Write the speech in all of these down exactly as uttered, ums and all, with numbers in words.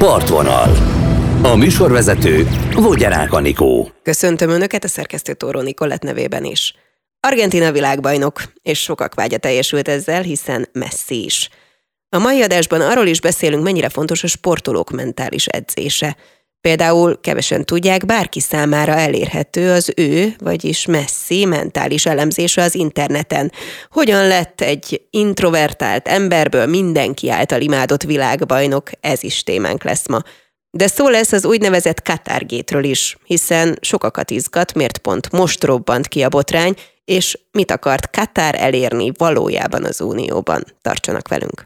Partvonal. A műsorvezető Vogyarák Anikó. Köszöntöm Önöket a szerkesztő Tóró Nikolett nevében is. Argentína világbajnok, és sokak vágya teljesült ezzel, hiszen Messi is. A mai adásban arról is beszélünk, mennyire fontos a sportolók mentális edzése. Például kevesen tudják, bárki számára elérhető az ő, vagyis Messi mentális elemzése az interneten. Hogyan lett egy introvertált emberből mindenki által imádott világbajnok, ez is témánk lesz ma. De szó lesz az úgynevezett Qatar-gétről is, hiszen sokakat izgat, miért pont most robbant ki a botrány, és mit akart Katar elérni valójában az Unióban. Tartsanak velünk!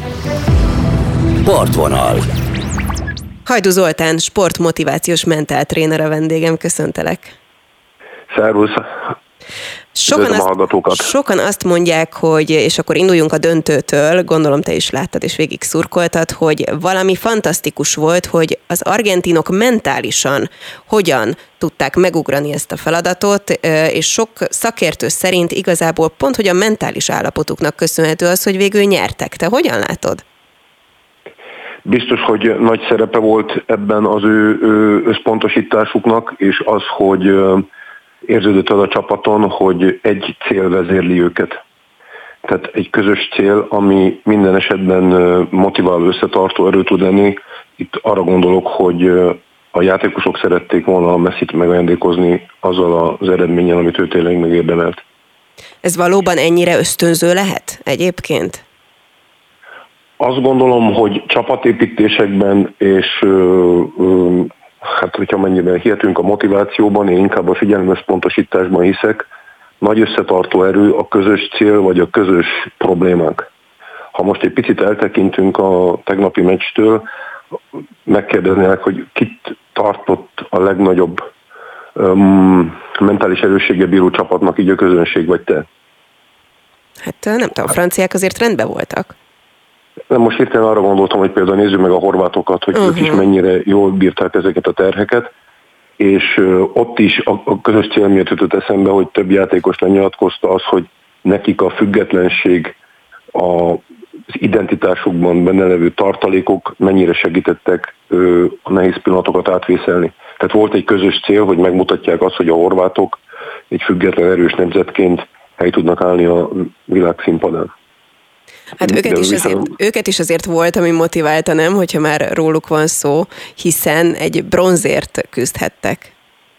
Partvonal. Hajdú Zoltán, sportmotivációs mentáltréner a vendégem, köszöntelek. Szervusz! Sokan azt, sokan azt mondják, hogy, és akkor induljunk a döntőtől, gondolom te is láttad és végig szurkoltad, hogy valami fantasztikus volt, hogy az argentinok mentálisan hogyan tudták megugrani ezt a feladatot, és sok szakértő szerint igazából pont, hogy a mentális állapotuknak köszönhető az, hogy végül nyertek. Te hogyan látod? Biztos, hogy nagy szerepe volt ebben az ő, ő összpontosításuknak, és az, hogy érződött az a csapaton, hogy egy cél vezérli őket. Tehát egy közös cél, ami minden esetben motiváló, összetartó erő tud lenni. Itt arra gondolok, hogy a játékosok szerették volna a Messit megajándékozni azzal az eredménnyel, amit ő tényleg megérdemelt. Ez valóban ennyire ösztönző lehet egyébként? Azt gondolom, hogy csapatépítésekben és hát, hogyha mennyiben hihetünk a motivációban, én inkább a figyelmösszpontosításban hiszek, nagy összetartó erő a közös cél, vagy a közös problémák. Ha most egy picit eltekintünk a tegnapi meccstől, megkérdeznék, hogy kit tartott a legnagyobb um, mentális erősséggel bíró csapatnak így a közönség, vagy te? Hát nem tudom, a franciák azért rendben voltak. Nem, most hirtelen arra gondoltam, hogy például nézzük meg a horvátokat, hogy uh-huh. ők is mennyire jól bírták ezeket a terheket, és ott is a, a közös cél miatt jutott eszembe, hogy több játékos lenyilatkozta az, hogy nekik a függetlenség, a, az identitásukban benne levő tartalékok mennyire segítettek ö, a nehéz pillanatokat átvészelni. Tehát volt egy közös cél, hogy megmutatják azt, hogy a horvátok egy független erős nemzetként hely tudnak állni a világszínpadán. Hát őket is, azért, őket is azért volt, ami motiválta, nem, hogyha már róluk van szó, hiszen egy bronzért küzdhettek.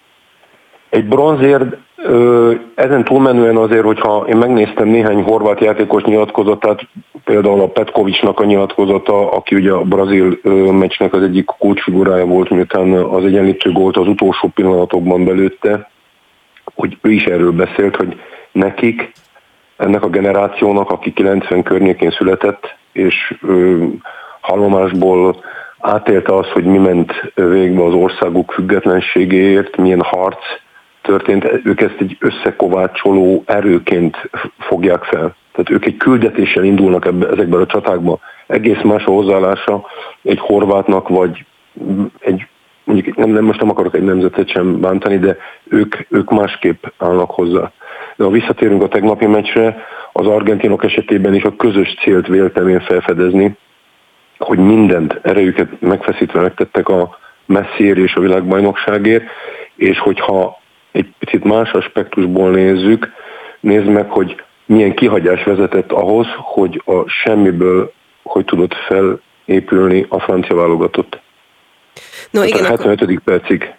Egy bronzért, ezen túlmenően azért, hogyha én megnéztem néhány horvát játékos nyilatkozatát, például a Petkovicsnak a nyilatkozata, aki ugye a brazil meccsnek az egyik kulcsfigurája volt, miután az egyenlítő gólt az utolsó pillanatokban belőtte, hogy ő is erről beszélt, hogy nekik, ennek a generációnak, aki kilencven környékén született, és ö, hallomásból átélte azt, hogy mi ment végbe az országuk függetlenségéért, milyen harc történt, ők ezt egy összekovácsoló erőként fogják fel. Tehát ők egy küldetéssel indulnak ebbe, ezekben a csatákba. Egész más a hozzáállása egy horvátnak, vagy egy, mondjuk nem, nem, most nem akarok egy nemzetet sem bántani, de ők, ők másképp állnak hozzá. De ha visszatérünk a tegnapi meccsre, az argentinok esetében is a közös célt véltem én felfedezni, hogy mindent erejüket megfeszítve megtettek a Messiért és a világbajnokságért, és hogyha egy picit más aspektusból nézzük, nézd meg, hogy milyen kihagyás vezetett ahhoz, hogy a semmiből hogy tudott felépülni a francia válogatott. No, igen, a hetvenötödik percig.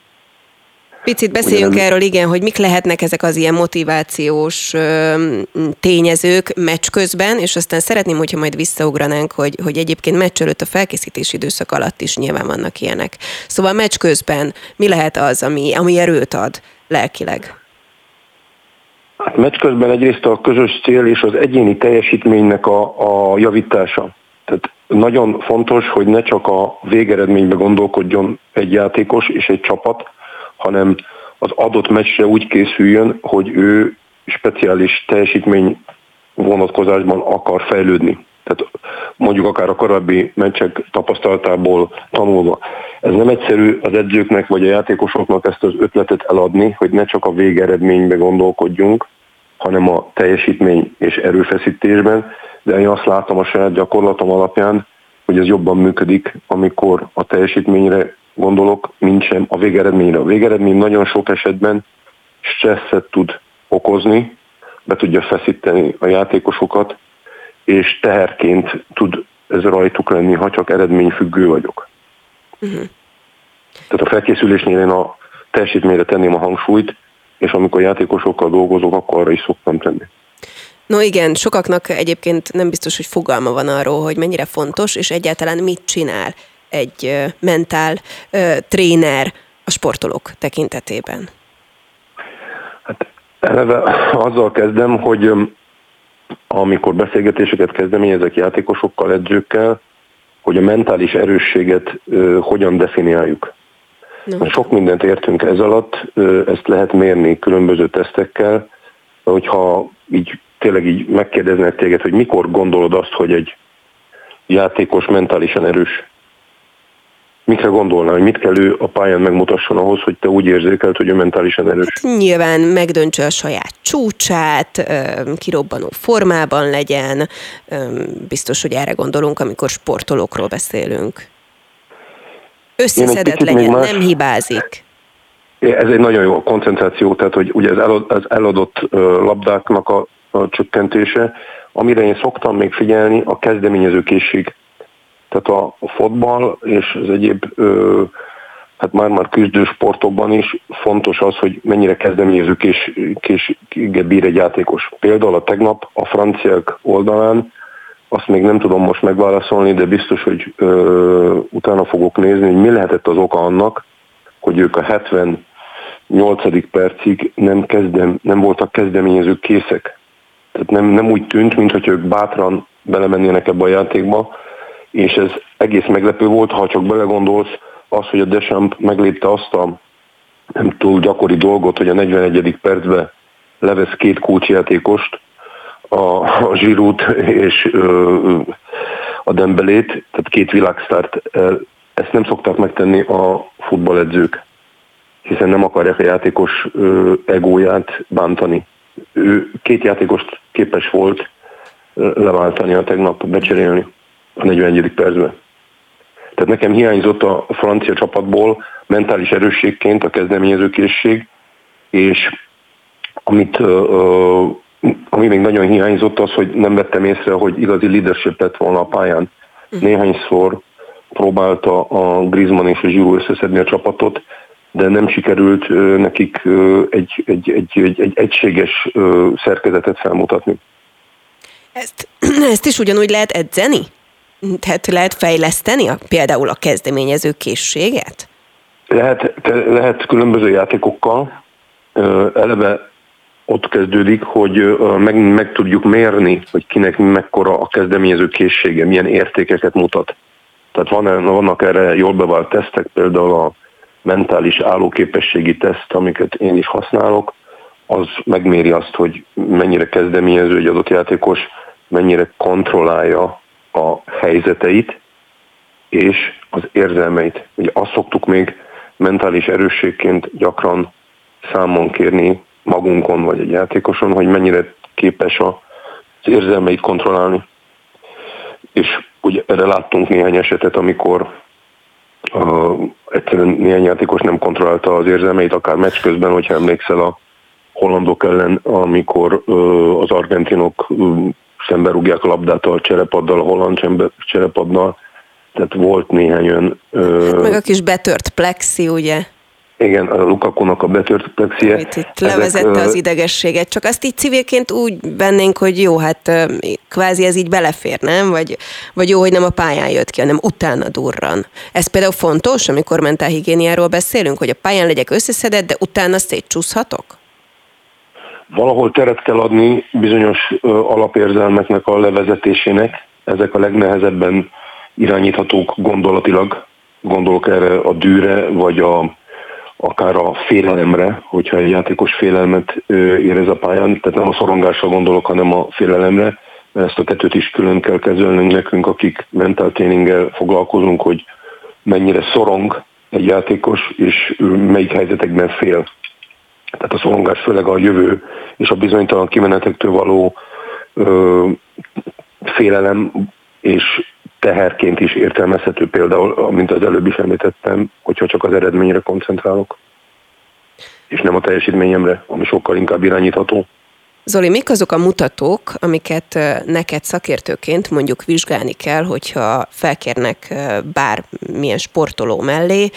Picit beszéljünk Ugyan... erről, igen, hogy mik lehetnek ezek az ilyen motivációs ö, tényezők meccs közben, és aztán szeretném, hogyha majd visszaugranánk, hogy, hogy egyébként meccs előtt a felkészítési időszak alatt is nyilván vannak ilyenek. Szóval meccs közben mi lehet az, ami, ami erőt ad lelkileg? Hát meccs közben egyrészt a közös cél és az egyéni teljesítménynek a, a javítása. Tehát nagyon fontos, hogy ne csak a végeredménybe gondolkodjon egy játékos és egy csapat, hanem az adott meccsre úgy készüljön, hogy ő speciális teljesítmény vonatkozásban akar fejlődni. Tehát mondjuk akár a korábbi meccsek tapasztalatából tanulva. Ez nem egyszerű az edzőknek vagy a játékosoknak ezt az ötletet eladni, hogy ne csak a végeredménybe gondolkodjunk, hanem a teljesítmény és erőfeszítésben, de én azt látom a saját gyakorlatom alapján, hogy ez jobban működik, amikor a teljesítményre gondolok, mint sem a végeredményre. A végeredmény nagyon sok esetben stresszet tud okozni, be tudja feszíteni a játékosokat, és teherként tud ez rajtuk lenni, ha csak eredményfüggő vagyok. Uh-huh. Tehát a felkészülésnél én a teljesítményre tenném a hangsúlyt, és amikor játékosokkal dolgozok, akkor arra is szoktam tenni. No igen, sokaknak egyébként nem biztos, hogy fogalma van arról, hogy mennyire fontos, és egyáltalán mit csinál egy uh, mentál uh, tréner a sportolók tekintetében. Hát eleve azzal kezdem, hogy um, amikor beszélgetéseket kezdeményezek játékosokkal, edzőkkel, hogy a mentális erősséget uh, hogyan definiáljuk. No. Sok mindent értünk ez alatt, uh, ezt lehet mérni különböző tesztekkel, hogyha így tényleg így megkérdeznek téged, hogy mikor gondolod azt, hogy egy játékos mentálisan erős. Mikre gondolnál, hogy mit kell ő a pályán megmutasson ahhoz, hogy te úgy érzékeld, hogy ő mentálisan erős? Hát nyilván megdöntse a saját csúcsát, kirobbanó formában legyen. Biztos, hogy erre gondolunk, amikor sportolókról beszélünk. Összeszedett legyen, más... nem hibázik. Ez egy nagyon jó koncentráció, tehát hogy ugye az eladott labdáknak a, a csökkentése, amire én szoktam még figyelni, a kezdeményezőkészség. Tehát a, a fotball és az egyéb ö, hát már-már küzdő sportokban is fontos az, hogy mennyire kezdeményezőkészséggel bír egy játékos. Például a tegnap a franciák oldalán, azt még nem tudom most megválaszolni, de biztos, hogy ö, utána fogok nézni, hogy mi lehetett az oka annak, hogy ők a hetvennyolcadik percig nem, kezdem, nem voltak kezdeményezők készek. Tehát nem, nem úgy tűnt, mintha ők bátran belemennének ebbe a játékba, és ez egész meglepő volt, ha csak belegondolsz, az, hogy a Deschamps meglépte azt a nem túl gyakori dolgot, hogy a negyvenegyedik percben levesz két kulcsjátékost, a, a Giroud és ö, a Dembélét, tehát két világsztárt. Ezt nem szokták megtenni a futballedzők, hiszen nem akarják a játékos ö, egóját bántani. Ő két játékost képes volt leváltani a tegnap, becserélni a negyvenegyedik percben. Tehát nekem hiányzott a francia csapatból mentális erősségként a kezdeményezőkészség, és amit, uh, ami még nagyon hiányzott az, hogy nem vettem észre, hogy igazi leadership lett volna a pályán. Néhányszor próbálta a Griezmann és a Giroud összeszedni a csapatot, de nem sikerült uh, nekik uh, egy, egy, egy, egy, egy egységes uh, szerkezetet felmutatni. Ezt, ezt is ugyanúgy lehet edzeni? Tehát lehet fejleszteni a, például a kezdeményező készséget? Lehet, lehet különböző játékokkal. Eleve ott kezdődik, hogy meg, meg tudjuk mérni, hogy kinek mekkora a kezdeményező készsége, milyen értékeket mutat. Tehát van, vannak erre jól bevált tesztek, például a mentális állóképességi teszt, amiket én is használok, az megméri azt, hogy mennyire kezdeményező egy adott játékos, mennyire kontrollálja a helyzeteit és az érzelmeit. Ugye azt szoktuk még mentális erősségként gyakran számon kérni magunkon vagy egy játékoson, hogy mennyire képes az érzelmeit kontrollálni. És ugye erre láttunk néhány esetet, amikor uh, egyszerűen néhány játékos nem kontrollálta az érzelmeit, akár meccs közben, hogyha emlékszel a hollandok ellen, amikor uh, az argentinok uh, szemben rúgják a labdát a cserepaddal, a holland cserepaddal, tehát volt néhány olyan... Ö... Meg a kis betört plexi, ugye? Igen, a Lukakunak a betört plexie. Amit itt levezette Ezek, az idegességet, csak azt így civilként úgy vennénk, hogy jó, hát kvázi ez így belefér, nem? Vagy, vagy jó, hogy nem a pályán jött ki, hanem utána durran. Ez például fontos, amikor mentálhigiéniáról beszélünk, hogy a pályán legyek összeszedett, de utána szétcsúszhatok? Valahol teret kell adni bizonyos alapérzelmeknek a levezetésének. Ezek a legnehezebben irányíthatók gondolatilag. Gondolok erre a dűre, vagy a, akár a félelemre, hogyha egy játékos félelmet érez a pályán. Tehát nem a szorongásra gondolok, hanem a félelemre. Ezt a kettőt is külön kell kezelnünk nekünk, akik mentáltréninggel foglalkozunk, hogy mennyire szorong egy játékos, és melyik helyzetekben fél. Tehát a szorongás főleg a jövő és a bizonytalan kimenetektől való ö, félelem, és teherként is értelmezhető például, mint az előbb is említettem, hogyha csak az eredményre koncentrálok, és nem a teljesítményemre, ami sokkal inkább irányítható. Zoli, mik azok a mutatók, amiket neked szakértőként mondjuk vizsgálni kell, hogyha felkérnek bármilyen sportoló mellé,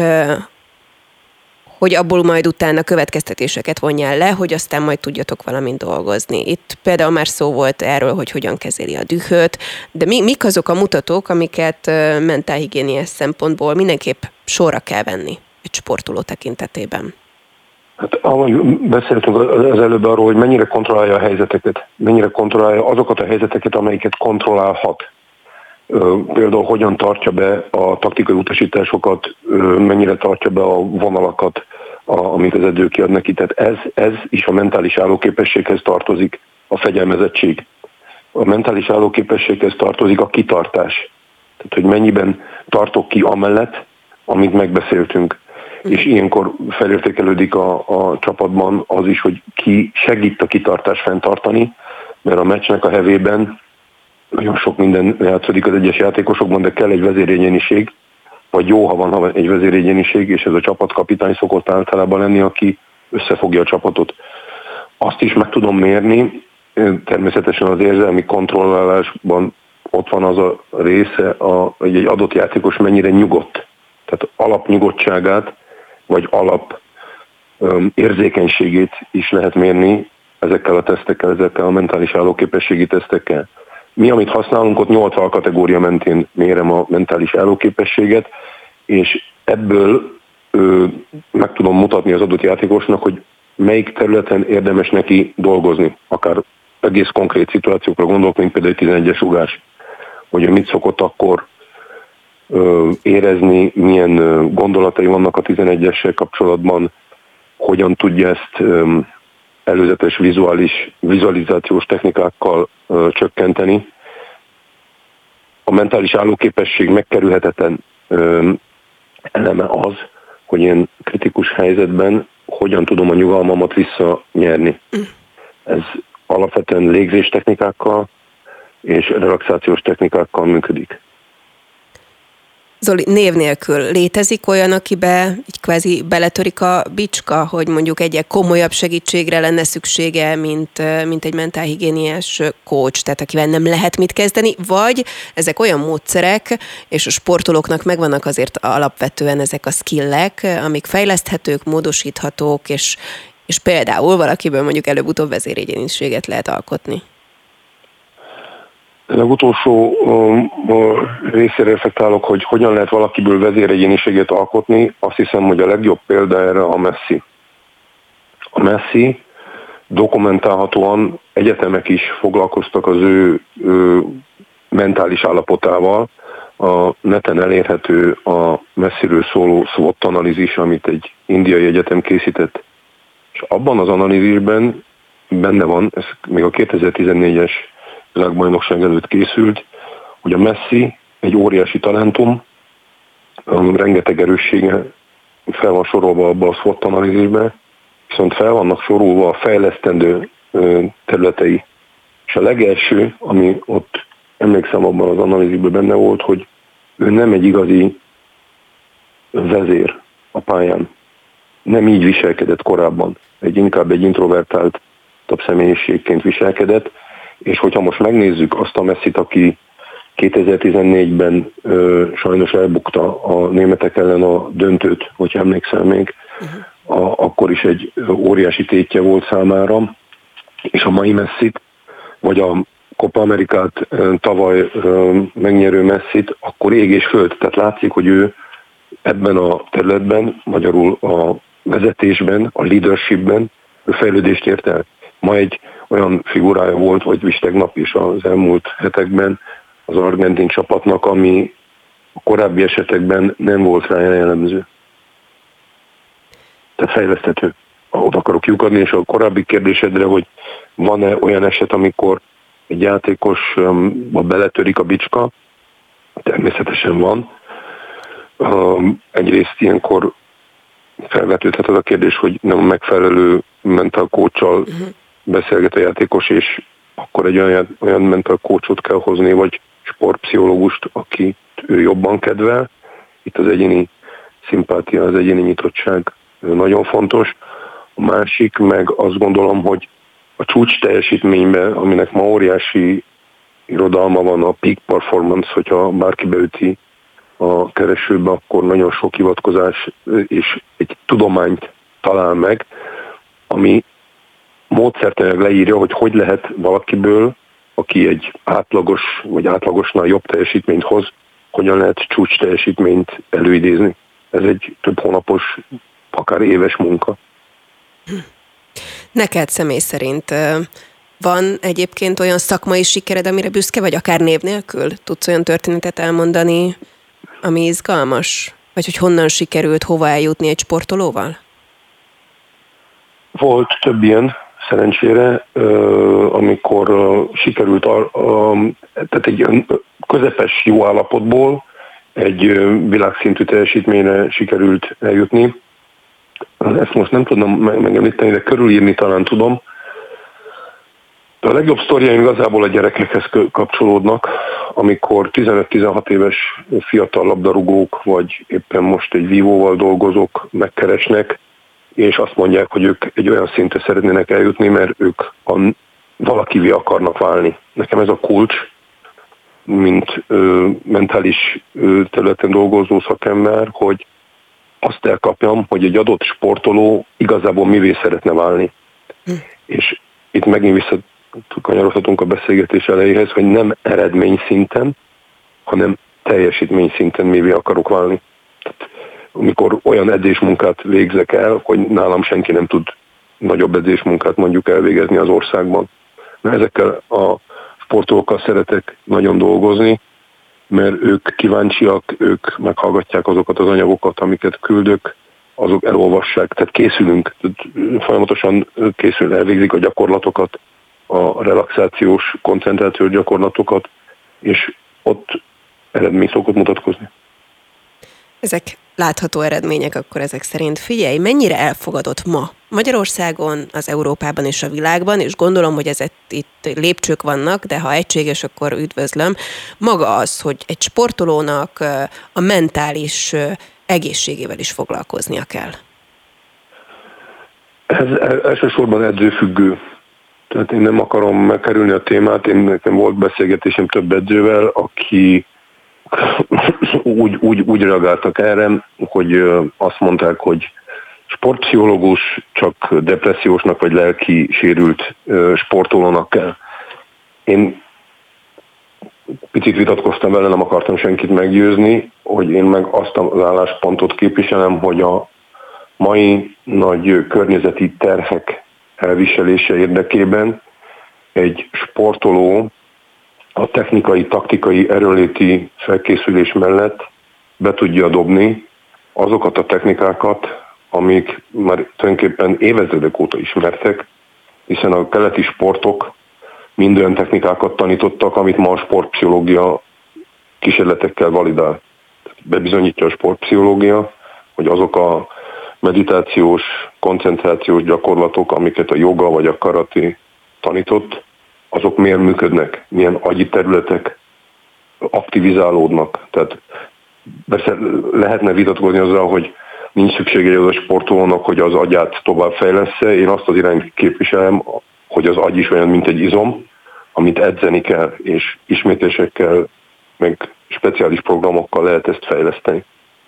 hogy abból majd utána következtetéseket vonjál le, hogy aztán majd tudjatok valamint dolgozni. Itt például már szó volt erről, hogy hogyan kezeli a dühöt, de mi, mik azok a mutatók, amiket mentálhigiéniás szempontból mindenképp sorra kell venni egy sportoló tekintetében? Hát ahogy beszéltünk az előbb arról, hogy mennyire kontrollálja a helyzeteket, mennyire kontrollálja azokat a helyzeteket, amelyiket kontrollálhat. Például hogyan tartja be a taktikai utasításokat, mennyire tartja be a vonalakat, amit az edző kiad neki. Tehát ez, ez is a mentális állóképességhez tartozik, a fegyelmezettség. A mentális állóképességhez tartozik a kitartás. Tehát, hogy mennyiben tartok ki amellett, amit megbeszéltünk. És ilyenkor felértékelődik a, a csapatban az is, hogy ki segít a kitartást fenntartani, mert a meccsnek a hevében nagyon sok minden játszódik az egyes játékosokban, de kell egy vezéregyéniség, vagy jó, ha van egy vezéregyéniség, és ez a csapatkapitány szokott általában lenni, aki összefogja a csapatot. Azt is meg tudom mérni, természetesen az érzelmi kontrollálásban ott van az a része, a, hogy egy adott játékos mennyire nyugodt. Tehát alapnyugodtságát, vagy alap um, érzékenységét is lehet mérni ezekkel a tesztekkel, ezekkel a mentális állóképességi tesztekkel. Mi, amit használunk, ott nyolc alkategória mentén mérem a mentális állóképességet, és ebből ö, meg tudom mutatni az adott játékosnak, hogy melyik területen érdemes neki dolgozni. Akár egész konkrét szituációkra gondolok, mint például egy tizenegyes rugás, hogy mit szokott akkor ö, érezni, milyen ö, gondolatai vannak a tizenegyessel kapcsolatban, hogyan tudja ezt ö, előzetes vizuális, vizualizációs technikákkal ö, csökkenteni. A mentális állóképesség megkerülhetetlen ö, eleme az, hogy ilyen kritikus helyzetben hogyan tudom a nyugalmamat visszanyerni. Ez alapvetően légzés technikákkal és relaxációs technikákkal működik. Zoli, név nélkül létezik olyan, akibe így kvázi beletörik a bicska, hogy mondjuk egy komolyabb segítségre lenne szüksége, mint, mint egy mentálhigiéniás coach, tehát akivel nem lehet mit kezdeni, vagy ezek olyan módszerek, és a sportolóknak megvannak azért alapvetően ezek a skillek, amik fejleszthetők, módosíthatók, és, és például valakiből mondjuk előbb-utóbb vezéregyéniséget lehet alkotni. A utolsó részére reflektálok, hogy hogyan lehet valakiből vezéregyéniséget alkotni. Azt hiszem, hogy a legjobb példa erre a Messi. A Messi dokumentálhatóan egyetemek is foglalkoztak az ő, ő mentális állapotával. A neten elérhető a Messiről szóló SWOT analízis, amit egy indiai egyetem készített. És abban az analízisben benne van, ez még a kétezer-tizennégyes világbajnokság előtt készült, hogy a Messi egy óriási talentum, rengeteg erőssége fel van sorolva abban a SWOT analízisben, viszont fel vannak sorolva a fejlesztendő területei. És a legelső, ami ott emlékszem abban az analízisben benne volt, hogy ő nem egy igazi vezér a pályán. Nem így viselkedett korábban. Egy inkább egy introvertált személyiségként viselkedett, és hogyha most megnézzük azt a Messit, aki kétezer-tizennégyben ö, sajnos elbukta a németek ellen a döntőt, hogyha emlékszel még, uh-huh. a, akkor is egy óriási tétje volt számára, és a mai Messit, vagy a Copa Amerikát ö, tavaly ö, megnyerő Messit, akkor ég és föld. Tehát látszik, hogy ő ebben a területben, magyarul a vezetésben, a leadershipben ő fejlődést ért el. Ma egy olyan figurája volt, vagy is tegnap is az elmúlt hetekben az argentin csapatnak, ami a korábbi esetekben nem volt rá jellemző. Tehát fejleszthető. Ott akarok kiukadni, és a korábbi kérdésedre, hogy van-e olyan eset, amikor egy játékosba beletörik a bicska, természetesen van. Egyrészt ilyenkor felvetődhet az a kérdés, hogy nem megfelelő mental coachal uh-huh. beszélget a játékos, és akkor egy olyan, olyan mental coachot kell hozni, vagy sportpszichológust, akit ő jobban kedvel. Itt az egyéni szimpátia, az egyéni nyitottság nagyon fontos. A másik meg azt gondolom, hogy a csúcs teljesítményben, aminek ma óriási irodalma van, a peak performance, hogyha bárki beüti a keresőbe, akkor nagyon sok hivatkozás és egy tudományt talál meg, ami módszertanilag leírja, hogy hogy lehet valakiből, aki egy átlagos vagy átlagosnál jobb teljesítményt hoz, hogyan lehet csúcs teljesítményt előidézni. Ez egy több hónapos, akár éves munka. Neked személy szerint van egyébként olyan szakmai sikered, amire büszke vagy, akár név nélkül? Tudsz olyan történetet elmondani, ami izgalmas? Vagy hogy honnan sikerült, hova eljutni egy sportolóval? Volt több ilyen, szerencsére, amikor sikerült, tehát egy közepes jó állapotból egy világszintű teljesítményre sikerült eljutni. Ezt most nem tudom megemlíteni, de körülírni talán tudom. De a legjobb sztoriaim igazából a gyerekekhez kapcsolódnak, amikor tizenöt-tizenhat éves fiatal labdarúgók, vagy éppen most egy vívóval dolgozók megkeresnek, és azt mondják, hogy ők egy olyan szintre szeretnének eljutni, mert ők a, valakivé akarnak válni. Nekem ez a kulcs, mint ö, mentális ö, területen dolgozó szakember, hogy azt elkapjam, hogy egy adott sportoló igazából mivé szeretne válni. Hm. És itt megint visszakanyarodhatunk a beszélgetés elejéhez, hogy nem eredmény szinten, hanem teljesítmény szinten mivé akarok válni. Tehát, amikor olyan edzésmunkát végzek el, hogy nálam senki nem tud nagyobb edzésmunkát mondjuk elvégezni az országban. Mert ezekkel a sportolókkal szeretek nagyon dolgozni, mert ők kíváncsiak, ők meghallgatják azokat az anyagokat, amiket küldök, azok elolvassák, tehát készülünk, tehát folyamatosan készül, elvégzik a gyakorlatokat, a relaxációs, koncentrációs gyakorlatokat, és ott eredmény szokott mutatkozni. Ezek látható eredmények akkor ezek szerint. Figyelj, mennyire elfogadott ma Magyarországon, az Európában és a világban, és gondolom, hogy ezek itt lépcsők vannak, de ha egységes, akkor üdvözlöm. Maga az, hogy egy sportolónak a mentális egészségével is foglalkoznia kell. Ez elsősorban edzőfüggő. Tehát én nem akarom megkerülni a témát, én nekem volt beszélgetésem több edzővel, aki úgy, úgy, úgy reagáltak erre, hogy azt mondták, hogy sportpszichológus csak depressziósnak vagy lelki sérült sportolónak kell. Én picit vitatkoztam vele, nem akartam senkit meggyőzni, hogy én meg azt az álláspontot képviselem, hogy a mai nagy környezeti terhek elviselése érdekében egy sportoló a technikai, taktikai erőnléti felkészülés mellett be tudja dobni azokat a technikákat, amik már tulajdonképpen évezredek óta ismertek, hiszen a keleti sportok mind olyan technikákat tanítottak, amit ma a sportpszichológia kísérletekkel validál. Bebizonyítja a sportpszichológia, hogy azok a meditációs, koncentrációs gyakorlatok, amiket a joga vagy a karate tanított, azok miért működnek, milyen agyi területek aktivizálódnak. Tehát persze lehetne vitatkozni azzal, hogy nincs szüksége az a sportolónak, hogy az agyát tovább fejlessze. Én azt az irányt képviselem, hogy az agy is olyan, mint egy izom, amit edzeni kell, és ismétésekkel, meg speciális programokkal lehet ezt fejleszteni.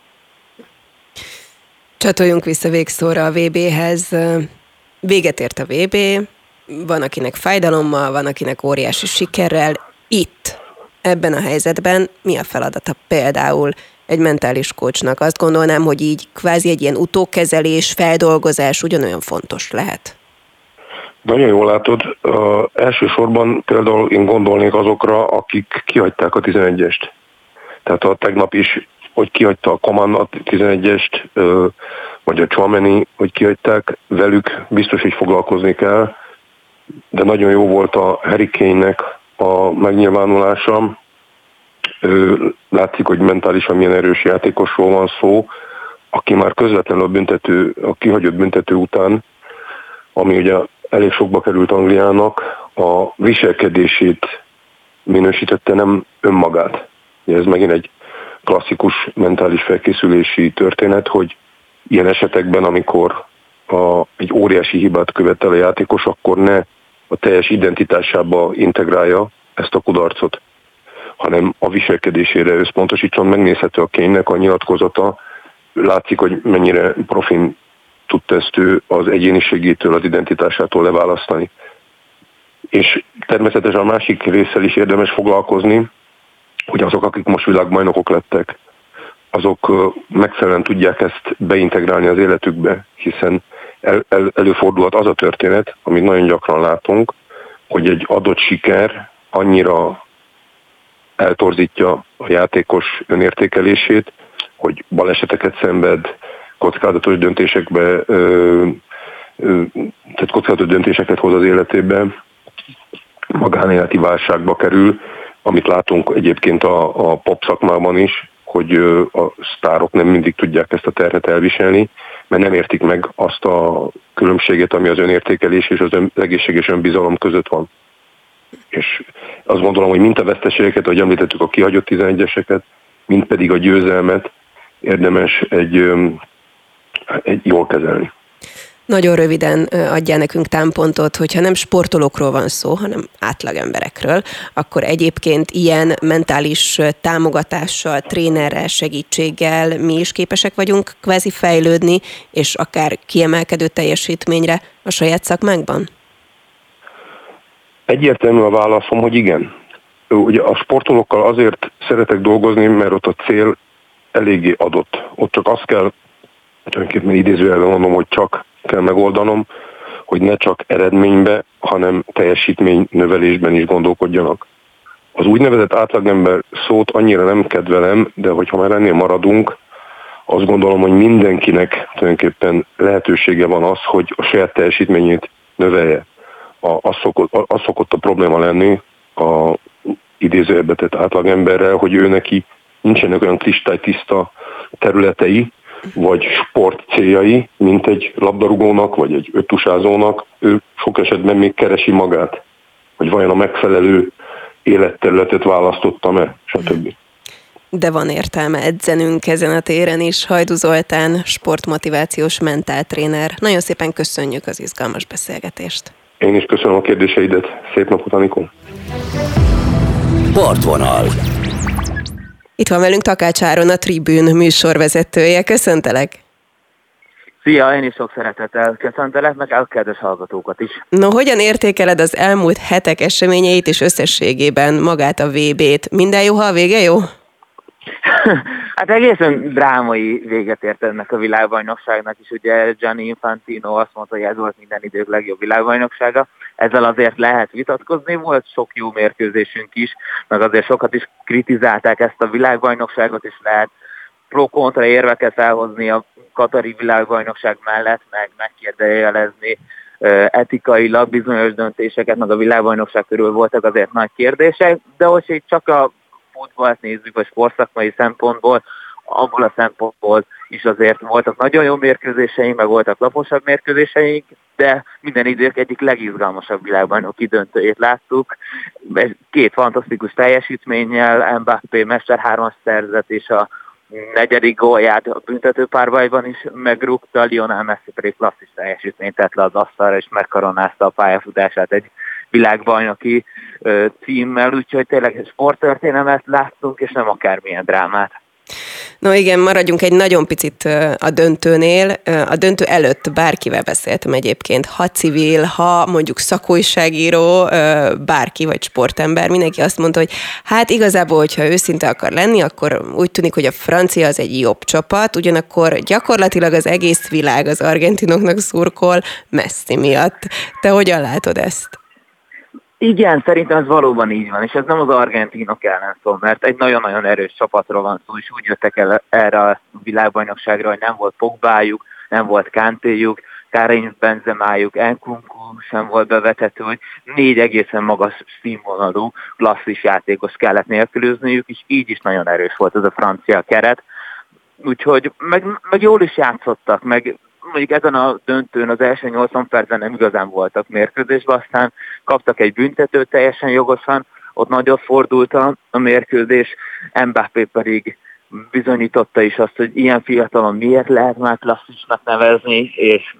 Csatoljunk vissza végszóra a vé béhez. Véget ért a vé bé, van akinek fájdalommal, van akinek óriási sikerrel. Itt, ebben a helyzetben mi a feladata például egy mentális coachnak? Azt gondolnám, hogy így kvázi egy ilyen utókezelés, feldolgozás ugyanolyan fontos lehet. Nagyon jól látod. Uh, elsősorban például én gondolnék azokra, akik kihagyták a tizenegyest. Tehát a tegnap is, hogy kihagyta a Coman a tizenegyest, uh, vagy a Tchouaméni, hogy kihagyták, velük biztos, hogy foglalkozni kell. De nagyon jó volt a Harry Kane-nek a megnyilvánulása. Ő látszik, hogy mentálisan milyen erős játékosról van szó, aki már közvetlenül a büntető, a kihagyott büntető után, ami ugye elég sokba került Angliának, a viselkedését minősítette, nem önmagát. Ez megint egy klasszikus mentális felkészülési történet, hogy ilyen esetekben, amikor a, egy óriási hibát követel a játékos, akkor ne a teljes identitásába integrálja ezt a kudarcot, hanem a viselkedésére összpontosítson. Megnézhető a Kane-nek a nyilatkozata, látszik, hogy mennyire profin tudta ezt ő az egyéniségétől, az identitásától leválasztani. És természetesen a másik résszel is érdemes foglalkozni, hogy azok, akik most világbajnokok lettek, azok megfelelően tudják ezt beintegrálni az életükbe, hiszen el, el, előfordulhat az a történet, amit nagyon gyakran látunk, hogy egy adott siker annyira eltorzítja a játékos önértékelését, hogy baleseteket szenved, kockázatos döntésekbe, ö, ö, tehát kockázatos döntéseket hoz az életébe, magánéleti válságba kerül, amit látunk egyébként a, a pop szakmában is, hogy a sztárok nem mindig tudják ezt a terhet elviselni, mert nem értik meg azt a különbséget, ami az önértékelés és az, ön, az egészséges önbizalom között van. És azt gondolom, hogy mint a veszteségeket, ahogy említettük a kihagyott tizenegyeseket, mint pedig a győzelmet érdemes egy, egy jól kezelni. Nagyon röviden adjál nekünk támpontot, hogyha nem sportolókról van szó, hanem átlagemberekről, akkor egyébként ilyen mentális támogatással, trénerrel, segítséggel mi is képesek vagyunk kvázi fejlődni, és akár kiemelkedő teljesítményre a saját szakmánkban? Egyértelmű a válaszom, hogy igen. Ugye a sportolókkal azért szeretek dolgozni, mert ott a cél eléggé adott. Ott csak azt kell, tulajdonképpen idézőjelben mondom, hogy csak kell megoldanom, hogy ne csak eredménybe, hanem teljesítmény növelésben is gondolkodjanak. Az úgynevezett átlagember szót annyira nem kedvelem, de hogyha már ennél maradunk, azt gondolom, hogy mindenkinek tulajdonképpen lehetősége van az, hogy a saját teljesítményét növelje. A, az, szokott, az szokott a probléma lenni a idézőjelbe tett átlagemberrel, hogy ő neki nincsenek olyan kristálytiszta területei, vagy sport céljai, mint egy labdarúgónak, vagy egy öttusázónak. Ő sok esetben még keresi magát, hogy vajon a megfelelő életterületet választottam-e, stb. De van értelme edzenünk ezen a téren is. Hajdú Zoltán, sportmotivációs mentáltréner. Nagyon szépen köszönjük az izgalmas beszélgetést. Én is köszönöm a kérdéseidet. Szép napot, Anikó! Partvonal. Itt van velünk Takács Áron, a Tribűn műsorvezetője. Köszöntelek! Szia, én is sok szeretettel köszöntelek, meg a kedves hallgatókat is. No, hogyan értékeled az elmúlt hetek eseményeit és összességében magát a vé bét? Minden jó, ha a vége jó? Hát egészen drámai véget ért ennek a világbajnokságnak is. Ugye Gianni Infantino azt mondta, hogy ez volt minden idők legjobb világbajnoksága. Ezzel azért lehet vitatkozni, volt sok jó mérkőzésünk is, meg azért sokat is kritizálták ezt a világbajnokságot, és lehet pro-kontra érveket felhozni a katari világbajnokság mellett, meg megkérdőjelezni etikailag bizonyos döntéseket, meg a világbajnokság körül voltak azért nagy kérdések, de hogy itt csak a futballt nézzük, vagy sportszakmai szempontból, abból a szempontból is azért voltak nagyon jó mérkőzéseink, meg voltak laposabb mérkőzéseink, de minden idők egyik legizgalmasabb világbajnoki döntőjét láttuk. Két fantasztikus teljesítménnyel, Mbappé mester hármas szerzett, és a negyedik gólját a büntetőpárbajban is megrúgta, Lionel Messi pedig klasszis teljesítményt tett le az asztalra, és megkoronázta a pályafutását egy világbajnoki ö, címmel, úgyhogy tényleg sporttörténelmet láttunk, és nem akármilyen drámát. No igen, maradjunk egy nagyon picit a döntőnél. A döntő előtt bárkivel beszéltem egyébként, ha civil, ha mondjuk szakújságíró, bárki vagy sportember, mindenki azt mondta, hogy hát igazából, hogyha őszinte akar lenni, akkor úgy tűnik, hogy a francia az egy jobb csapat, ugyanakkor gyakorlatilag az egész világ az argentinoknak szurkol Messi miatt. Te hogyan látod ezt? Igen, szerintem ez valóban így van, és ez nem az argentinok ellen szól, mert egy nagyon-nagyon erős csapatról van szó, és úgy jöttek el erre a világbajnokságra, hogy nem volt Pogbájuk, nem volt Kantéjuk, Karim Benzemájuk, Nkunku sem volt bevethető, hogy négy egészen magas színvonalú, klasszis játékos kellett nélkülözniük, és így is nagyon erős volt ez a francia keret. Úgyhogy meg, meg jól is játszottak, meg mondjuk ezen a döntőn az első nyolcvan percben nem igazán voltak mérkőzésben, aztán kaptak egy büntetőt teljesen jogosan, ott nagyot fordult a, a mérkőzés, Mbappé pedig bizonyította is azt, hogy ilyen fiatalon miért lehet már klasszisnak nevezni, és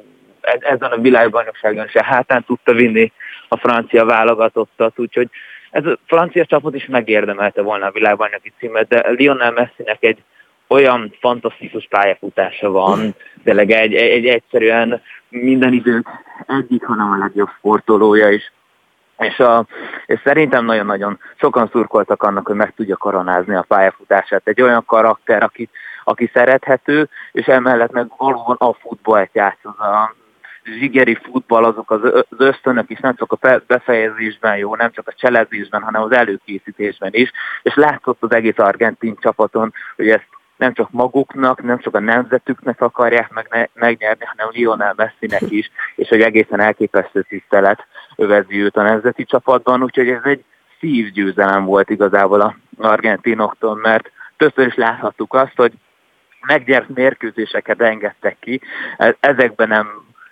ezen a világbajnokságon se hátán tudta vinni a francia válogatottat, úgyhogy ez a francia csapat is megérdemelte volna a világbajnoki címet, de Lionel Messinek egy olyan fantasztikus pályafutása van, tényleg egy, egy egyszerűen minden idők egyik, hanem a legjobb sportolója is. És, a, és szerintem nagyon-nagyon sokan szurkoltak annak, hogy meg tudja koronázni a pályafutását. Egy olyan karakter, aki, aki szerethető, és emellett meg valóban a futballt játszott. A zsigeri futball, azok az, az ösztönök is nem csak a befejezésben jó, nem csak a cselezésben, hanem az előkészítésben is. És látszott az egész argentin csapaton, hogy ezt nem csak maguknak, nem csak a nemzetüknek akarják meg, megnyerni, hanem Lionel Messinek is, és hogy egészen elképesztő tisztelet övezi őt a nemzeti csapatban, úgyhogy ez egy szívgyőzelem volt igazából az argentinoktól, mert többször is láthattuk azt, hogy megnyert mérkőzéseket engedtek ki, ezekben nem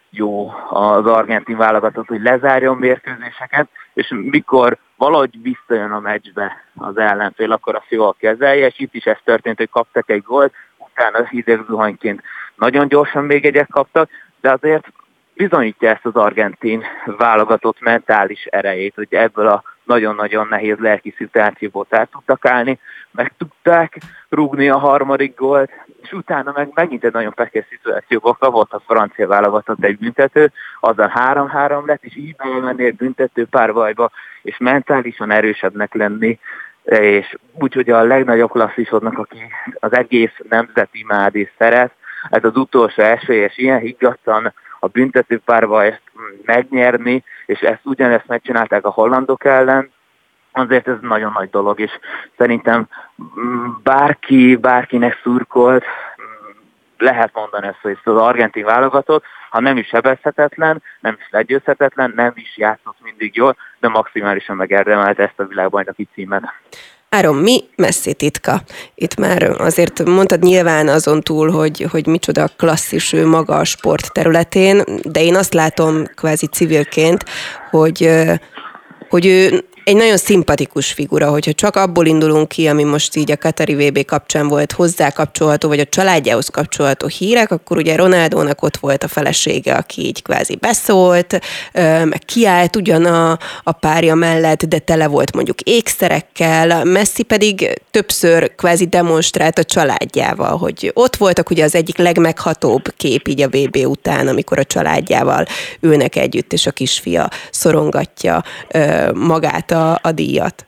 jó az argentin válogatott, hogy lezárjon mérkőzéseket, és mikor valahogy visszajön a meccsbe az ellenfél, akkor azt jól kezelje, és itt is ez történt, hogy kaptak egy gólt, utána hideg zuhanyként nagyon gyorsan még egyet kaptak, de azért bizonyítja ezt az argentin válogatott mentális erejét, hogy ebből a nagyon-nagyon nehéz lelki szituációból el tudtak állni, meg tudták rúgni a harmadik gólt, és utána meg megint egy nagyon pekes szituációból kapott a francia válogatott egy büntető, azzal három-három lett, és így belemenni egy büntető párbajba, és mentálisan erősebbnek lenni, és úgyhogy a legnagyobb klasszisodnak, aki az egész nemzet imád és szeret, ez az utolsó esély, és ilyen higgadtan a büntető párbajt megnyerni, és ezt ugyanezt megcsinálták a hollandok ellen, azért ez nagyon nagy dolog, és szerintem bárki, bárkinek szurkolt, lehet mondani ezt, hogy az argentin válogatott, ha nem is sebezhetetlen, nem is legyőzhetetlen, nem is játszott mindig jól, de maximálisan megérdemelte ezt a világbajnoki címet. Áron, mi Messi titka? Itt már azért mondtad nyilván azon túl, hogy, hogy micsoda klasszis ő maga a sport területén, de én azt látom kvázi civilként, hogy, hogy ő egy nagyon szimpatikus figura, hogyha csak abból indulunk ki, ami most így a Katari vé bé kapcsán volt hozzá kapcsolható, vagy a családjához kapcsolható hírek, akkor ugye Ronaldónak ott volt a felesége, aki így kvázi beszólt, meg kiállt ugyan a, a párja mellett, de tele volt mondjuk ékszerekkel, Messi pedig többször kvázi demonstrált a családjával, hogy ott voltak ugye az egyik legmeghatóbb kép így a vé bé után, amikor a családjával ülnek együtt, és a kisfia szorongatja magát a, a díjat.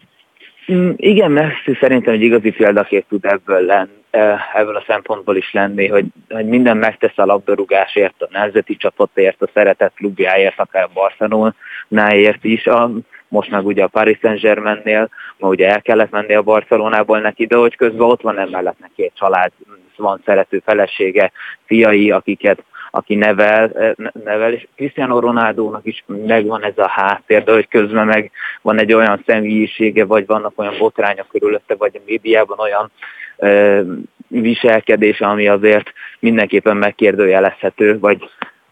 Igen, Messi szerintem egy igazi példakép tud ebből, lenni, ebből a szempontból is lenni, hogy, hogy minden megtesz a labdarúgásért, a nemzeti csapatért, a szeretett klubjáért, akár a Barcelonáért is, a, most meg ugye a Paris Saint-Germainnél, ma ugye el kellett menni a Barcelonából neki, de hogy közben ott van emellett neki egy család, van szerető felesége, fiai, akiket aki nevel, nevel, és Cristiano Ronaldónak is megvan ez a háttér, de hogy közben meg van egy olyan személyisége, vagy vannak olyan botrányok körülötte, vagy a médiában olyan ö, viselkedés, ami azért mindenképpen megkérdőjelezhető, vagy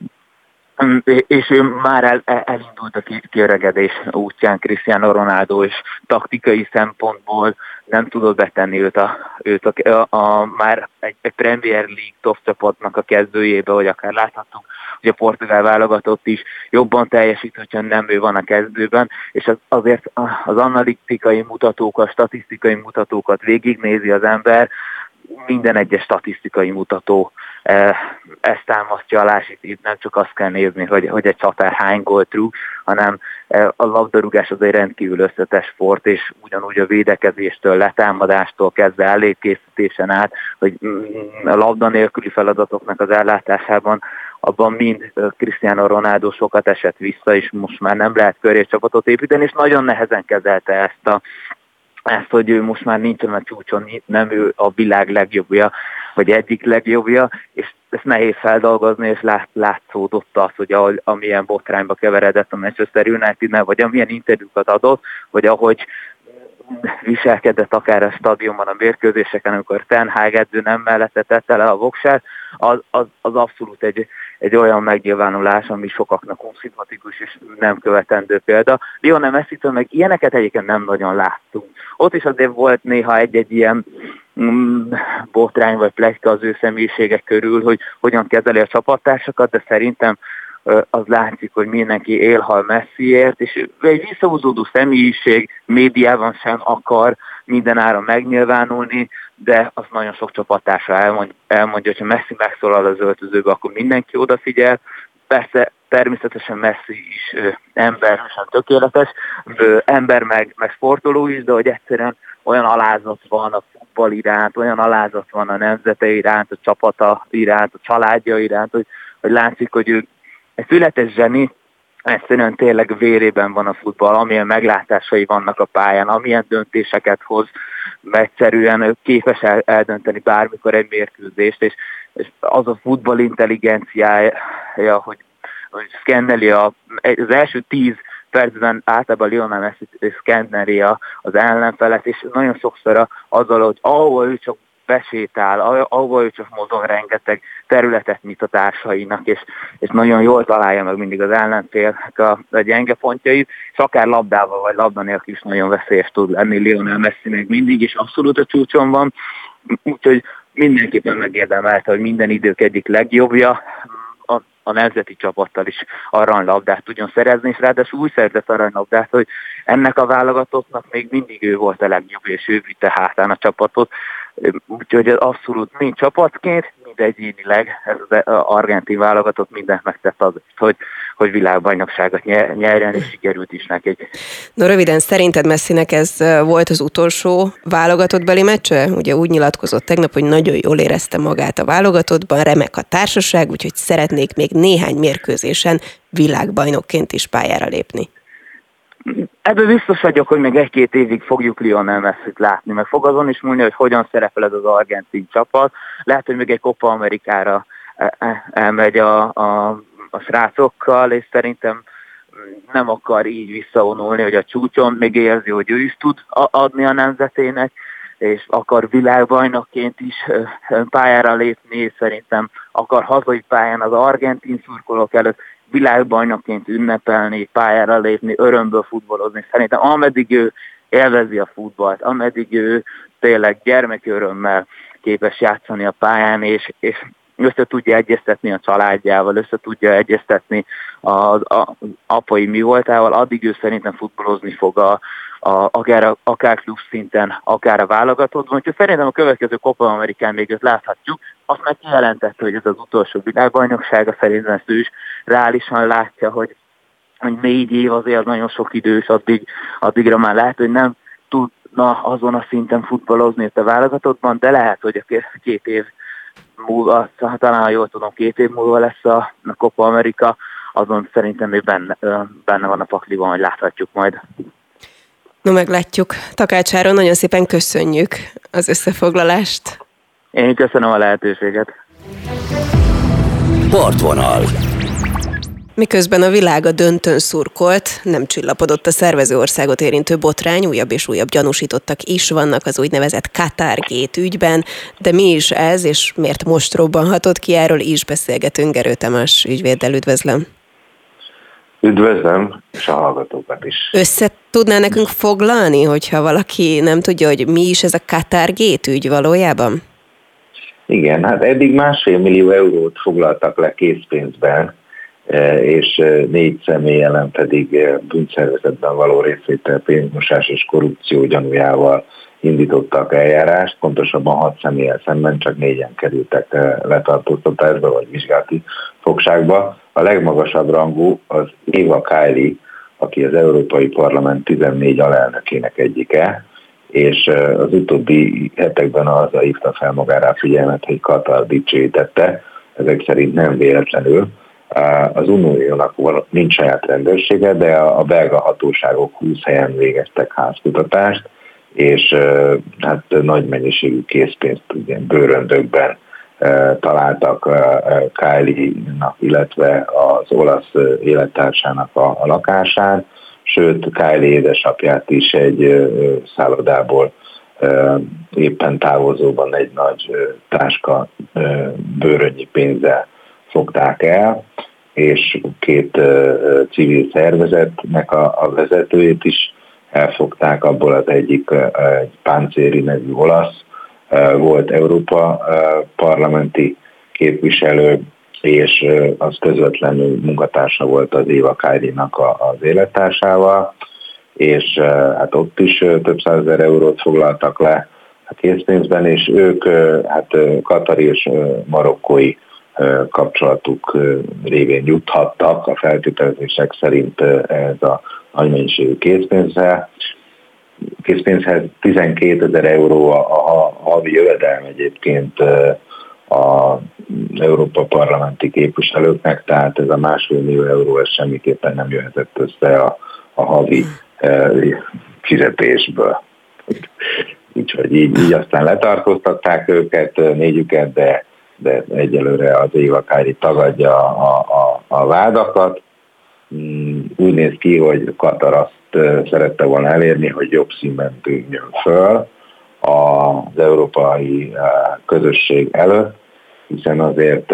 és ő már el, elindult a kiöregedés útján Cristiano Ronaldo, és taktikai szempontból nem tudod betenni őt a, őt a, a, a már egy, egy Premier League top csapatnak a kezdőjébe, vagy akár láthattuk, hogy a portugál válogatott is jobban teljesít, hogyha nem ő van a kezdőben, és az, azért az analitikai mutatókat, statisztikai mutatókat végignézi az ember, minden egyes statisztikai mutató ezt támasztja alá, itt nem csak azt kell nézni, hogy, hogy egy csatár hány gólt rúg, hanem a labdarúgás az egy rendkívül összetett sport, és ugyanúgy a védekezéstől, letámadástól kezdve elégkészítésen át, hogy a labda nélküli feladatoknak az ellátásában abban mind Cristiano Ronaldo sokat esett vissza, és most már nem lehet köré csapatot építeni, és nagyon nehezen kezelte ezt a ezt, hogy ő most már nincsen a csúcson, nem ő a világ legjobbja, vagy egyik legjobbja, és ezt nehéz feldolgozni, és lát, látszódott az, hogy ahogy, amilyen botrányba keveredett a Manchester Unitednál, vagy amilyen interjúkat adott, vagy ahogy viselkedett akár a stadionban a mérkőzéseken, amikor Ten Hag edző nem mellette tette le a voksát, az, az, az abszolút egy, egy olyan megnyilvánulás, ami sokaknak unszimpatikus és nem követendő példa. Lionel Messitől meg ilyeneket egyébként nem nagyon láttunk. Ott is azért volt néha egy-egy ilyen mm, botrány vagy pletyka az ő személyiségek körül, hogy hogyan kezeli a csapattársakat, de szerintem az látszik, hogy mindenki élhal Messiért, és egy visszahúzódó személyiség, médiában sem akar mindenáron megnyilvánulni, de azt nagyon sok csapattársa elmond, elmondja, hogy ha Messi megszólal az öltözőbe, akkor mindenki odafigyel. Persze természetesen Messi is ö, emberesen tökéletes, ö, ember meg, meg sportoló is, de hogy egyszerűen olyan alázat van a futball iránt, olyan alázat van a nemzete iránt, a csapata iránt, a családja iránt, hogy, hogy látszik, hogy ő egy született zseni, egyszerűen tényleg vérében van a futball, amilyen meglátásai vannak a pályán, amilyen döntéseket hoz, egyszerűen képes el, eldönteni bármikor egy mérkőzést, és, és az a futball intelligenciája, hogy, hogy szkenneli a, az első tíz percben általában Lionel Messi szkenneli az ellenfelet, és nagyon sokszor azzal, hogy ahol ő csak besétál, ahol ő csak mozog, rengeteg területet nyit a társainak, és, és nagyon jól találja meg mindig az ellenfélnek a, a gyenge pontjait, és akár labdával vagy labda nélkül is nagyon veszélyes tud lenni. Lionel Messi még mindig, és abszolút a csúcson van, úgyhogy mindenképpen megérdemelte, hogy minden idők egyik legjobbja, a, a nemzeti csapattal is aranylabdát tudjon szerezni, és ráadásul úgy szerzett aranylabdát, hogy ennek a válogatottnak még mindig ő volt a legjobb, és ő vitte hátán a csapatot. Úgyhogy abszolút mind csapatként, mind egyénileg ez az argentin válogatott mindent megtett az, hogy, hogy világbajnokságot nyerjen, és sikerült is neki. No röviden, szerinted Messinek ez volt az utolsó válogatottbeli meccse? Ugye úgy nyilatkozott tegnap, hogy nagyon jól érezte magát a válogatottban, remek a társaság, úgyhogy szeretnék még néhány mérkőzésen világbajnokként is pályára lépni. Ebből biztos vagyok, hogy még egy-két évig fogjuk Lionel Messit látni, meg fog azon is múlni, hogy hogyan szerepel ez az argentin csapat. Lehet, hogy még egy Copa Amerikára elmegy a, a, a srácokkal, és szerintem nem akar így visszavonulni, hogy a csúcson még érzi, hogy ő is tud adni a nemzetének, és akar világbajnokként is pályára lépni, és szerintem akar hazai pályán az argentin szurkolók előtt világbajnokként ünnepelni, pályára lépni, örömből futballozni. Szerintem ameddig ő élvezi a futballt, ameddig ő tényleg gyermeki örömmel képes játszani a pályán, és, és össze tudja egyeztetni a családjával, össze tudja egyeztetni az, az apai mi voltával, addig ő szerintem futballozni fog a, a, akár, akár klub szinten, akár a válogatottban. Úgyhogy szerintem a következő Copa Amerikán még őt láthatjuk. Azt meg kijelentette, hogy ez az utolsó világbajnoksága, szerintem ezt ő is reálisan látja, hogy, hogy négy év azért nagyon sok idős, addig, addigra már lehet, hogy nem tudna azon a szinten futballozni itt a válogatottban, de lehet, hogy a két év múlva, talán jól tudom, két év múlva lesz a, a Copa Amerika, azon szerintem még benne, benne van a pakliban, hogy láthatjuk majd. No, meglátjuk. Takács Áron, nagyon szépen köszönjük az összefoglalást. Én köszönöm a lehetőséget. Partvonal. Miközben a világ a döntőn szurkolt, nem csillapodott a szervező országot érintő botrány, újabb és újabb gyanúsítottak is vannak az úgynevezett Qatar-gate ügyben, de mi is ez, és miért most robbanhatott ki, erről is beszélgetünk Gerő Tamás ügyvéddel. Üdvözlöm! Üdvözlöm, és a hallgatókat is. Össze tudná nekünk foglalni, hogyha valaki nem tudja, hogy mi is ez a Qatar-gate ügy valójában? Igen, hát eddig másfél millió eurót foglaltak le készpénzben, és négy személy ellen pedig bűnszervezetben való részvétel, pénzmosás és korrupció gyanújával indítottak eljárást, pontosabban hat személlyel szemben csak négyen kerültek letartóztatásba vagy vizsgálati fogságba. A legmagasabb rangú az Eva Kaili, aki az Európai Parlament tizennégy alelnökének egyike, és az utóbbi hetekben azzal hívta fel magára a figyelmet, hogy Katar dicsőítette, ezek szerint nem véletlenül. Az Uniónak nincs saját rendőrsége, de a belga hatóságok húsz helyen végeztek házkutatást, és hát nagy mennyiségű készpénzt ugye, bőröndökben találtak Kaili-nak, illetve az olasz élettársának a, a lakásán, sőt Kaili édesapját is egy szállodából éppen távozóban egy nagy táska bőrönnyi pénzzel fogták el, és két civil szervezetnek a, a vezetőjét is elfogták, abból az egyik egy Panzeri nevű olasz, volt Európa parlamenti képviselő, és az közvetlenül munkatársa volt az Éva Kairinak az élettársával, és hát ott is több százezer eurót foglaltak le a készpénzben, és ők hát katari és marokkói kapcsolatuk révén juthattak a feltételezések szerint ez a nagy mennyiségű készpénzzel. Készpénzhez tizenkétezer euró a, a havi jövedelem egyébként az Európa parlamenti képviselőknek, tehát ez a másfél millió euró ez semmiképpen nem jöhetett össze a, a havi fizetésből. Úgyhogy így, így aztán letartóztatták őket, négyüket, de, de egyelőre az Éva Kairi tagadja a, a, a vádakat. Úgy néz ki, hogy Katar azt szerette volna elérni, hogy jobb színben tűnjön föl az európai közösség előtt, hiszen azért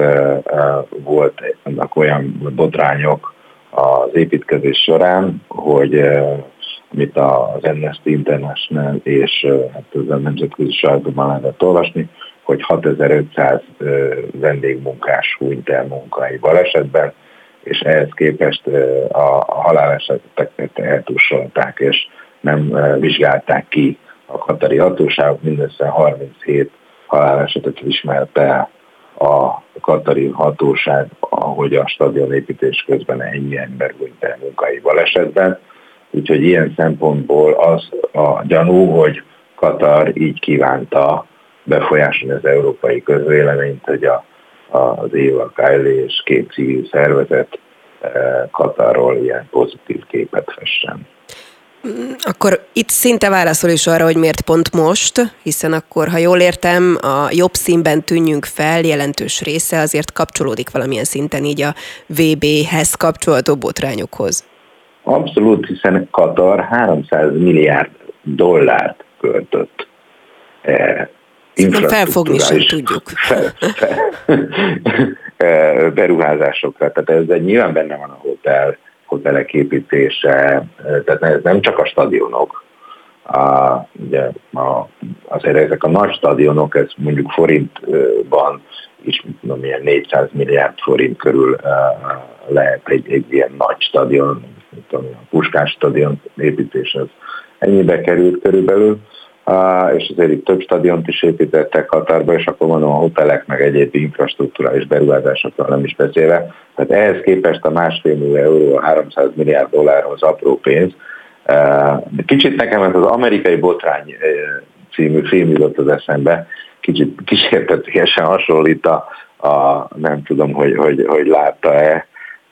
voltak olyan botrányok az építkezés során, hogy amit az Amnesty International és hát a nemzetközi sajtóban lehetett olvasni, hogy hatezer-ötszáz vendégmunkás hunyt el munkai balesetben, és ehhez képest a haláleseteket eltussolták, és nem vizsgálták ki a katari hatóságok, mindössze harminchét halálesetet ismert el a katari hatóság, ahogy a stadionépítés közben ennyi ember hunyt el munkai balesetben. Úgyhogy ilyen szempontból az a gyanú, hogy Katar így kívánta befolyásolni az európai közvéleményt, hogy a, az Éva Kairi és két civil szervezet Katarról ilyen pozitív képet fessen. Akkor itt szinte válaszol is arra, hogy miért pont most, hiszen akkor, ha jól értem, a jobb színben tűnjünk fel jelentős része azért kapcsolódik valamilyen szinten így a vé béhez kapcsolódó botrányokhoz. Abszolút, hiszen Katar háromszáz milliárd dollárt költött eh, felfogni sem tudjuk. Fel, fel, beruházásokra. Tehát ez nyilván benne van a hotel, hotelek építése, tehát ez nem csak a stadionok. A, ugye a, azért ezek a nagy stadionok, ez mondjuk forintban is, tudom, ilyen négyszáz milliárd forint körül lehet egy, egy ilyen nagy stadion, tudom, a Puskás stadion építés, az ennyibe került körülbelül, és azért itt több stadiont is építettek Katarba, és akkor mondom a hotelek, meg egyéb infrastruktúrális beruházásokról nem is beszélve. Tehát ehhez képest a másfél millió euró, a háromszáz milliárd dollárhoz apró pénz. Kicsit nekem ez az Amerikai Botrány című film jutott az eszembe, kicsit kísértetiesen hasonlít a, a nem tudom, hogy, hogy, hogy látta-e,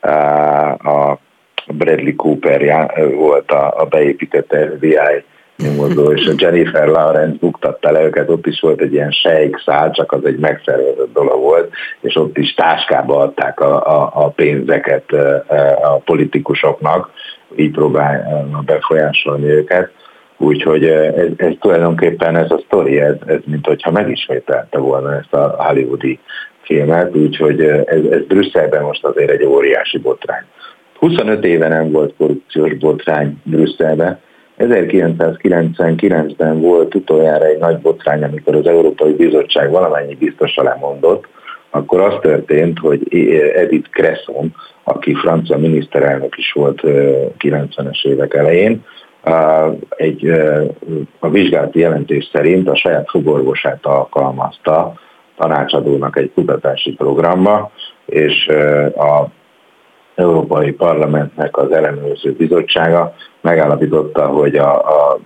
a Bradley Cooper já, volt a, a beépített ef bé i nyomozó, és a Jennifer Lawrence buktatta le őket, ott is volt egy ilyen sejk szál, csak az egy megszervezett dolog volt, és ott is táskába adták a, a, a pénzeket a politikusoknak, így próbálnak befolyásolni őket. Úgyhogy ez, ez tulajdonképpen ez a sztori, ez, ez mint hogyha megismételte volna ezt a hollywoodi filmet, úgyhogy ez, ez Brüsszelben most azért egy óriási botrány. huszonöt éve nem volt korrupciós botrány Brüsszelben. ezerkilencszázkilencvenkilencben volt utoljára egy nagy botrány, amikor az Európai Bizottság valamennyi biztosra lemondott, akkor az történt, hogy Edith Cresson, aki francia miniszterelnök is volt kilencvenes évek elején, egy, a vizsgálati jelentés szerint a saját fogorvosát alkalmazta tanácsadónak egy kutatási programba, és a Európai Parlamentnek az ellenőrző bizottsága megállapította, hogy a, a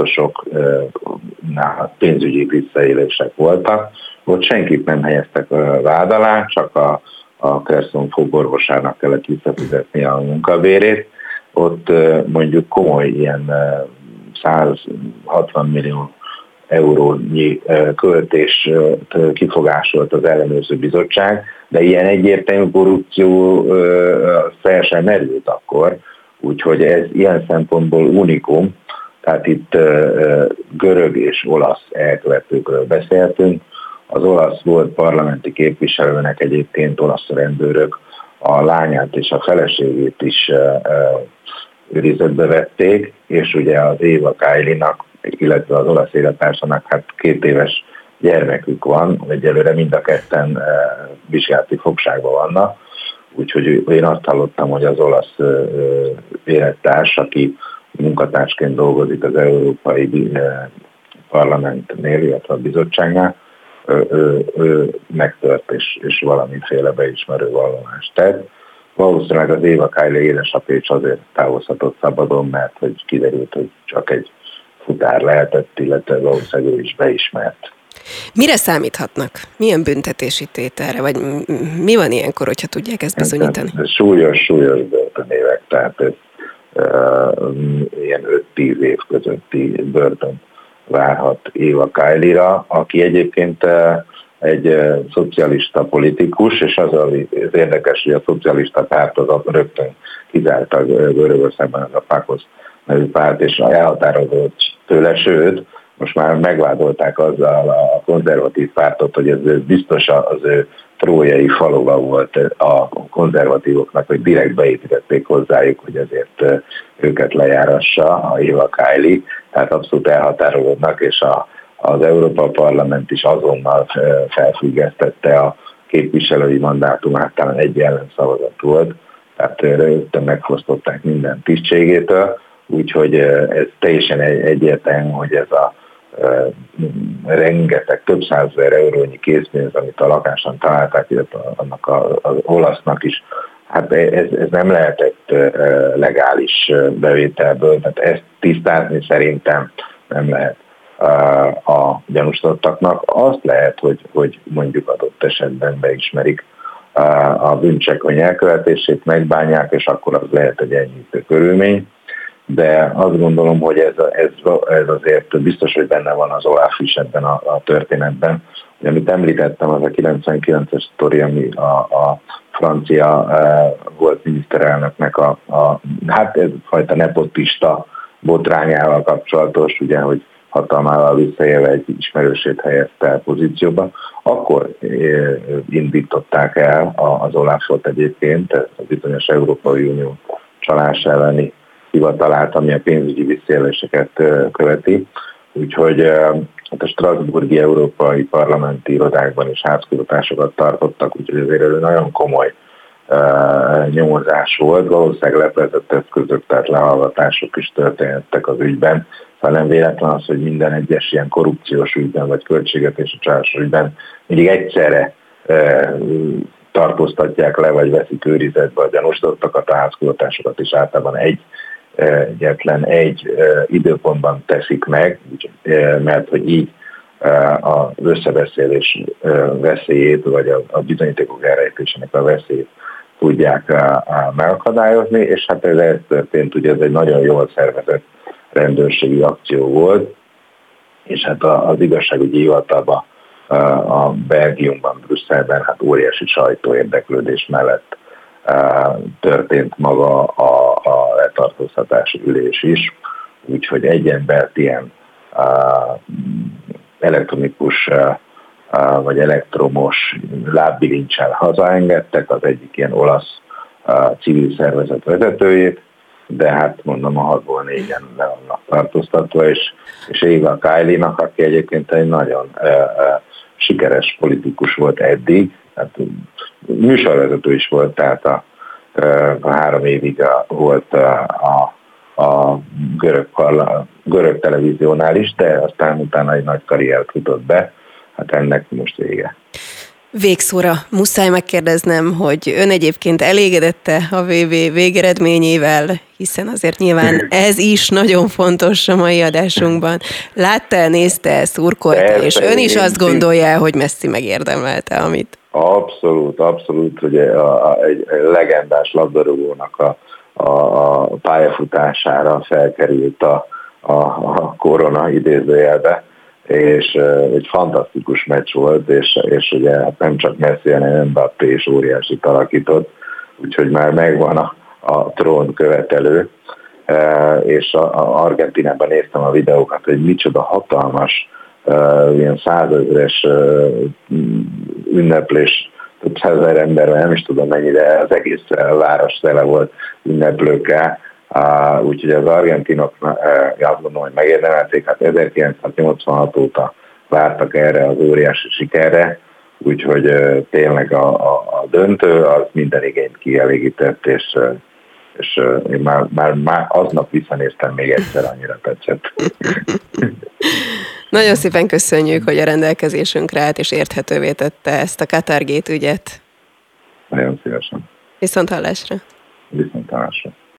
biztosoknál pénzügyi visszaélések voltak. Ott senkit nem helyeztek vád alá, csak a, a Cresson fogorvosának kellett visszafizetni a munkabérét. Ott mondjuk komoly ilyen száz hatvan millió eurónyi költés kifogásolt az ellenőrző bizottság, de ilyen egyértelmű korrupció fel sem merült akkor, úgyhogy ez ilyen szempontból unikum, tehát itt görög és olasz elkövetőkről beszéltünk. az olasz volt parlamenti képviselőnek egyébként olasz rendőrök a lányát és a feleségét is őrizetbe vették, és ugye az Éva Kailinak, illetve az olasz élettársának hát két éves gyermekük van, egyelőre mind a ketten vizsgálati fogságban vannak, úgyhogy én azt hallottam, hogy az olasz élettárs, aki munkatársként dolgozik az Európai Parlamentnél, illetve a bizottságnál, ő, ő, ő megtört és, és valamiféle beismerő vallomást tett. Valószínűleg az Éva Kaili édesapja is azért távozhatott szabadon, mert hogy kiderült, hogy csak egy futár lehetett, illetve valószínűleg ő is beismert. Mire számíthatnak? Milyen büntetési tételre? Vagy mi van ilyenkor, hogyha tudják ezt bizonyítani? Ez súlyos, súlyos börtönévek, tehát ez uh, ilyen öt-tíz év közötti börtön várhat Éva Kailira, aki egyébként uh, egy uh, szocialista politikus, és az az érdekes, hogy a szocialista párt az rögtön kizárta Görögországban az a Pákosz nevű párt, és elhatározott tőle, sőt, most már megvádolták azzal a konzervatív pártot, hogy ez biztos az ő trójai falova volt a konzervatívoknak, hogy direkt beépítették hozzájuk, hogy azért őket lejárassa a Éva Kaili, tehát abszolút elhatárolódnak, és a, az Európa Parlament is azonnal felfüggesztette a képviselői mandátumát, talán egy ellenszavazat volt, tehát rögtön megfosztották minden tisztségétől, úgyhogy ez teljesen egyértelmű, hogy ez a rengeteg, több százezer eurónyi készpénz, amit a lakáson találták, illetve annak az olasznak is, hát ez, ez nem lehetett legális bevételből, tehát ezt tisztázni szerintem nem lehet a gyanúsítottaknak. Azt lehet, hogy, hogy mondjuk adott esetben beismerik a bűncselekmény elkövetését, megbánják, és akkor az lehet egy enyhítő körülmény. De azt gondolom, hogy ez, ez, ez azért biztos, hogy benne van az Olaf is ebben a, a történetben. Ugye, amit említettem, az a kilencvenkilences sztori, ami a, a francia e, volt miniszterelnöknek a, a hát ez fajta nepotista botrányával kapcsolatos, ugye, hogy hatalmával visszaélve egy ismerősét helyezte el pozícióba, akkor e, indították el az Olafot egyébként, ez a bizonyos Európai Unió csalás elleni hivatalát, ami a pénzügyi visszaéléseket követi. Úgyhogy a strasbourgi európai parlamenti irodákban is házkutatásokat tartottak, úgyhogy azért ez nagyon komoly uh, nyomozás volt. Valószínűleg leplezetett eszközök, tehát lehallgatások is történtek az ügyben. Szóval nem véletlen az, hogy minden egyes ilyen korrupciós ügyben, vagy költségvetési csalás ügyben mindig egyszerre uh, tartóztatják le, vagy veszik őrizetbe a gyanúsítottakat, a házkutatásokat is általában egy egyetlen egy időpontban teszik meg, mert hogy így az összebeszélés veszélyét, vagy a bizonyítékok elrejtésének a veszélyét tudják megakadályozni, és hát ez, ez történt, ugye ez egy nagyon jól szervezett rendőrségi akció volt, és hát az igazságügyi hivatalban a Belgiumban, Brüsszelben hát óriási sajtóérdeklődés mellett történt maga a, a letartóztatási ülés is, úgyhogy egy embert ilyen uh, elektronikus uh, vagy elektromos lábbilincsel hazaengedtek, az egyik ilyen olasz uh, civil szervezet vezetőjét, de hát mondom, a hatból négyen le vannak tartóztatva, és, és Éva Kailinak, aki egyébként egy nagyon uh, uh, sikeres politikus volt eddig, hát műsorvezető is volt, tehát a, a három évig a, volt a, a, a görög, parla, görög televíziónál is, de aztán utána egy nagy karriert futott be, hát ennek most vége. Végszóra muszáj megkérdeznem, hogy ön egyébként elégedette a vé vé végeredményével, hiszen azért nyilván ez is nagyon fontos a mai adásunkban. Látta, nézte, szurkolta, és ön is azt gondolja, hogy Messi megérdemelte, amit... Abszolút, abszolút, ugye a, a, egy legendás labdarúgónak a, a, a pályafutására felkerült a, a, a korona idézőjelbe, és egy fantasztikus meccs volt, és, és ugye hát nem csak Messi, hanem Mbappé is óriásit alakított, úgyhogy már megvan a, a trón követelő, és a, a Argentinában néztem a videókat, hogy micsoda hatalmas uh, ilyen százezres uh, ünneplés, több százezer emberrel, nem is tudom mennyi, de az egész város tele volt ünneplőkkel, uh, úgyhogy az argentinok uh, azt gondolom, hogy megérdemelték, hát ezerkilencszáznyolcvanhat óta vártak erre az óriási sikerre, úgyhogy uh, tényleg a, a, a döntő az minden igényt kielégített, és, uh, és uh, én már, már, már aznap visszanéztem még egyszer, annyira tetszett. Nagyon szépen köszönjük, hogy a rendelkezésünkre állt és érthetővé tette ezt a Qatar Gate ügyet. Nagyon szívesen. Viszont hallásra. Viszont hallásra.